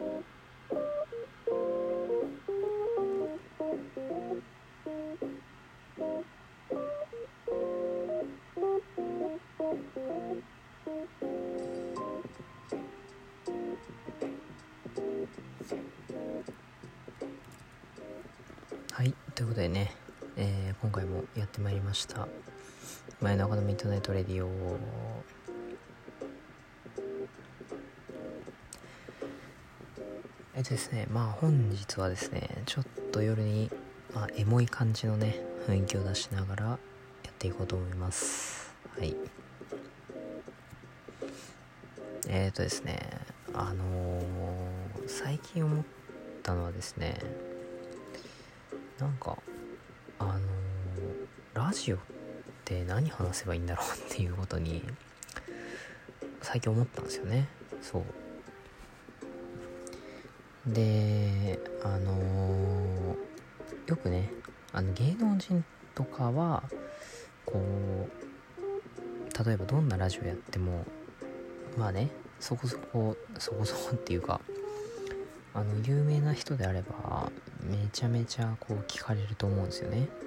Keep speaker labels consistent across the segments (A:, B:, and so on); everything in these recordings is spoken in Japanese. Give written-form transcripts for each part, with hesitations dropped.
A: はい、ということでね、今回もやってまいりました真夜中のミッドナイトレディオ。ですね、本日はですね、ちょっと夜に、エモい感じのね雰囲気を出しながらやっていこうと思います。はい。ですね、最近思ったのはですね、なんかラジオって何話せばいいんだろうっていうことに最近思ったんですよね。そうで、よくね、芸能人とかはこう例えばどんなラジオやってもそこそこっていうか、有名な人であればめちゃめちゃこう聞かれると思うんですよね。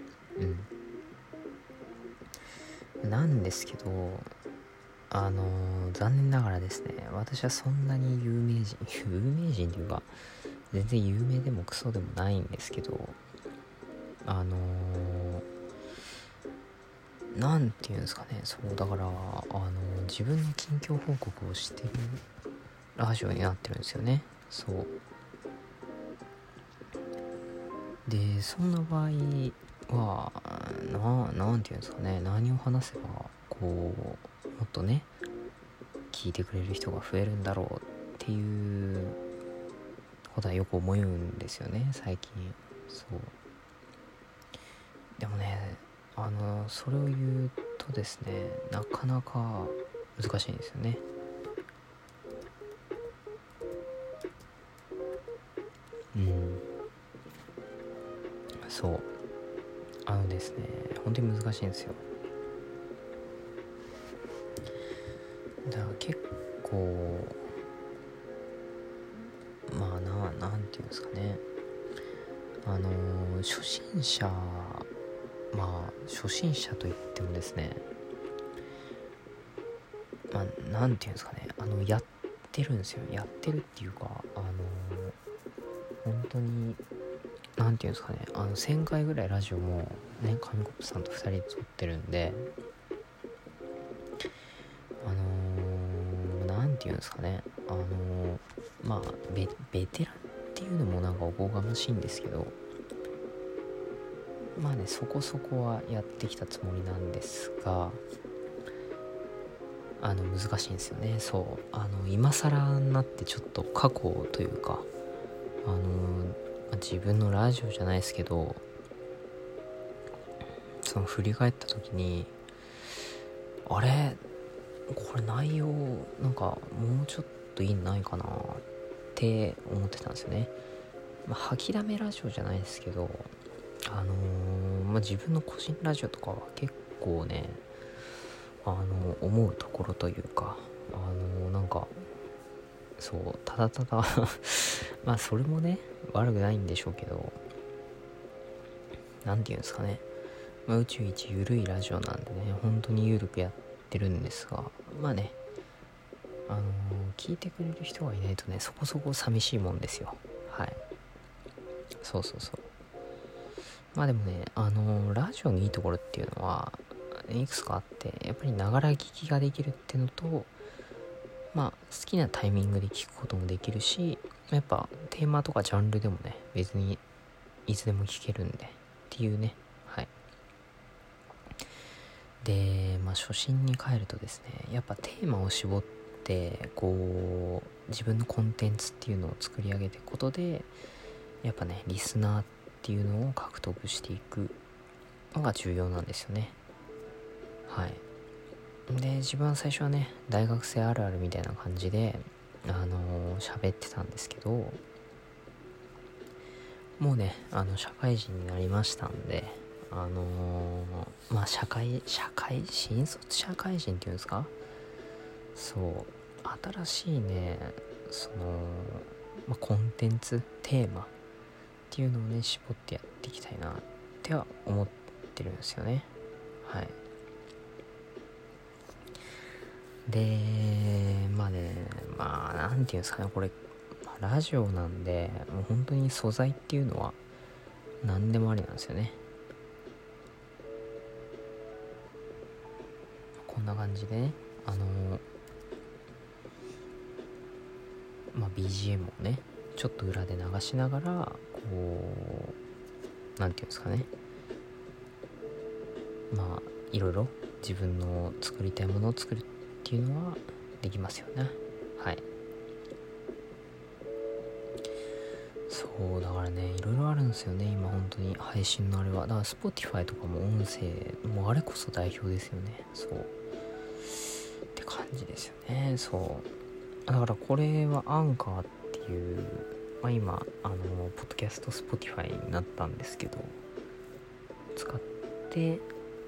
A: なんですけど、残念ながらですね、私はそんなに有名人っていうか全然有名でもクソでもないんですけど、なんていうんですかね、そうだから自分の近況報告をしてるラジオになってるんですよね。そうで、そんな場合はなんていうんですかね、何を話せばこうもっとね聞いてくれる人が増えるんだろうっていうことはよく思うんですよね、最近。そうでもね、それを言うとですね、なかなか難しいんですよね。そうですね、本当に難しいんですよ。だから結構なんていうんですかね、初心者といってもですね、なんていうんですかね、やってるんですよ。やってるっていうか、本当になんていうんですかね、1000回ぐらいラジオもね、紙コップさんと2人で撮ってるんで、なんていうんですかね、ベテランっていうのもなんかおこがましいんですけど、そこそこはやってきたつもりなんですが、難しいんですよね。そう今更になってちょっと過去というか、自分のラジオじゃないですけど、その振り返った時に、あれこれ内容なんかもうちょっといいのないかなって思ってたんですよね。吐きだめラジオじゃないですけど、自分の個人ラジオとかは結構ね、思うところというか、なんかそうただただそれもね悪くないんでしょうけど、なんていうんですかね、宇宙一ゆるいラジオなんでね、本当にゆるくやってるんですが、聞いてくれる人がいないとね、そこそこ寂しいもんですよ。はい。そうでもね、ラジオのいいところっていうのはいくつかあって、やっぱりながら聞きができるっていうのと、好きなタイミングで聞くこともできるし、やっぱテーマとかジャンルでもね、別にいつでも聞けるんでっていうね。はい。で、初心に帰るとですね、やっぱテーマを絞ってこう自分のコンテンツっていうのを作り上げていくことで、やっぱねリスナーっていうのを獲得していくのが重要なんですよね。はい。で、自分は最初はね、大学生あるあるみたいな感じで喋ってたんですけど、もうね社会人になりましたんで、新卒社会人っていうんですか、そう新しいね、そのコンテンツテーマっていうのをね絞ってやっていきたいなっては思ってるんですよね。はい。でなんていうんですかね、これラジオなんでもう本当に素材っていうのは何でもありなんですよね。こんな感じでねBGM をねちょっと裏で流しながらなんていうんですかね、いろいろ自分の作りたいものを作るっていうのはできますよね。はい。そうだからね、いろいろあるんですよね今本当に配信のあれは。だから Spotify とかも音声もうあれこそ代表ですよね。そうって感じですよね。そうだからこれはアンカーっていう、今ポッドキャスト Spotify になったんですけど、使って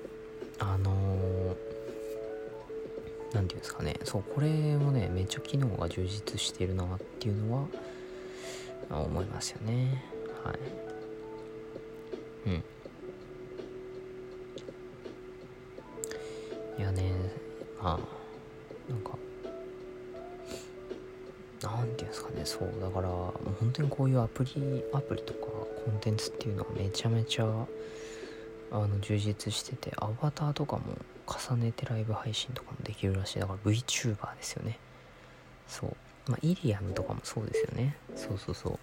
A: なんていうんですかね、そうこれもねめっちゃ機能が充実してるなっていうのは思いますよね。はい。いやね、なんかなんていうんですかね、そうだからもう本当にこういうアプリとかコンテンツっていうのがめちゃめちゃ充実してて、アバターとかも重ねてライブ配信とかもできるらしい。だから VTuber ですよね。そうイリアムとかもそうですよね。そう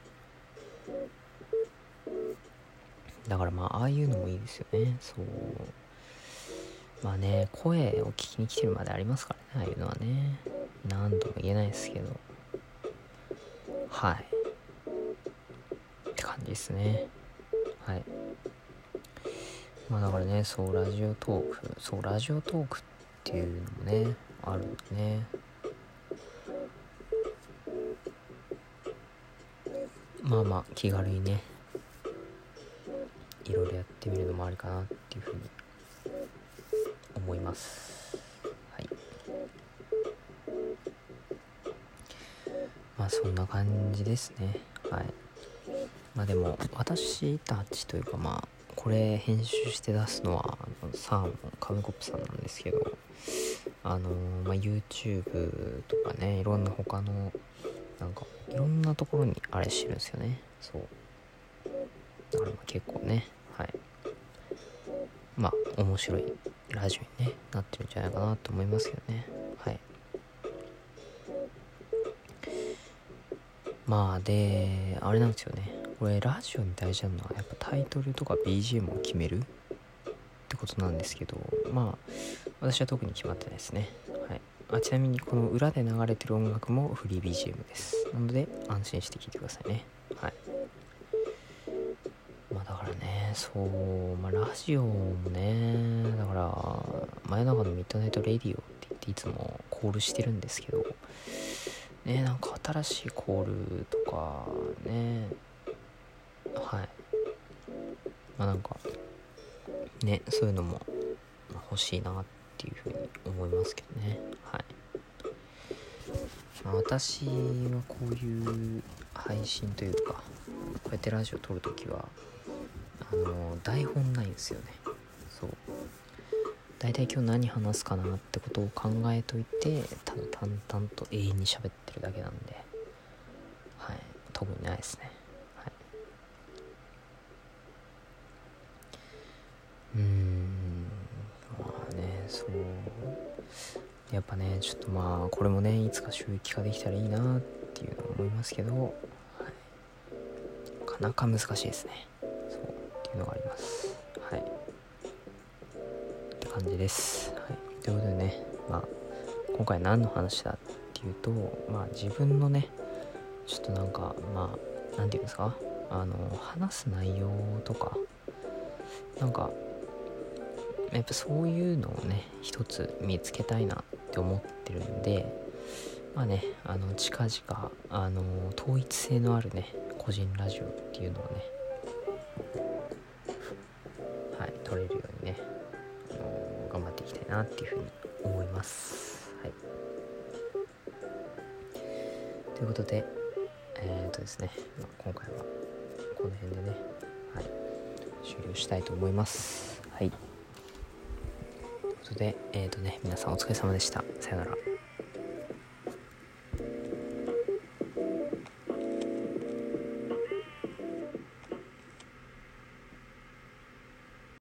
A: だからああいうのもいいですよね。そう声を聞きに来てるまでありますからね、ああいうのはね。何とも言えないですけど、はいって感じですね。はい。だからね、ラジオトークっていうのもねあるんでね、気軽にねいろいろやってみるのもありかなっていうふうに思います。はい。そんな感じですね。はい。でも私たちというかこれ編集して出すのはサーモンカムコップさんなんですけど、YouTube とかね、いろんな他のいろんなところにあれしてるんですよね。そうだから結構ね、はい、面白いラジオに、ね、なってるんじゃないかなと思いますけどね。はい。であれなんですよね、これラジオに大事なのはやっぱタイトルとか BGM を決めるってことなんですけど、私は特に決まってないですね。はい。ちなみにこの裏で流れてる音楽もフリー BGM です。なので安心して聴いてくださいね。はい。だからね、ラジオもね、だから真夜中のミッドナイトレディオって言っていつもコールしてるんですけどね、新しいコールとかね、はい、そういうのも欲しいなっていうふうに思いますけどね。はい。私はこういう配信というかこうやってラジオ撮るときは台本ないんですよね。そうだいたい今日何話すかなってことを考えといてただ淡々と永遠に喋ってるだけなんで、はい、特にないですね。はい。そうやっぱねちょっとこれもねいつか収益化できたらいいなっていうのを思いますけど、はい、なかなか難しいですね。そうっていうのがあります。はいって感じです。はい。ということでね、今回何の話だっていうと、自分のねちょっとなんていうんですか、話す内容とかやっぱそういうのをね一つ見つけたいなって思ってるんで、近々統一性のあるね個人ラジオっていうのをね、はい撮れるようにね、頑張っていきたいなっていうふうに思います。はい。ということで、 ですね、今回はこの辺でね、はい、終了したいと思います。はい。ということで、皆さんお疲れ様でした。さよなら。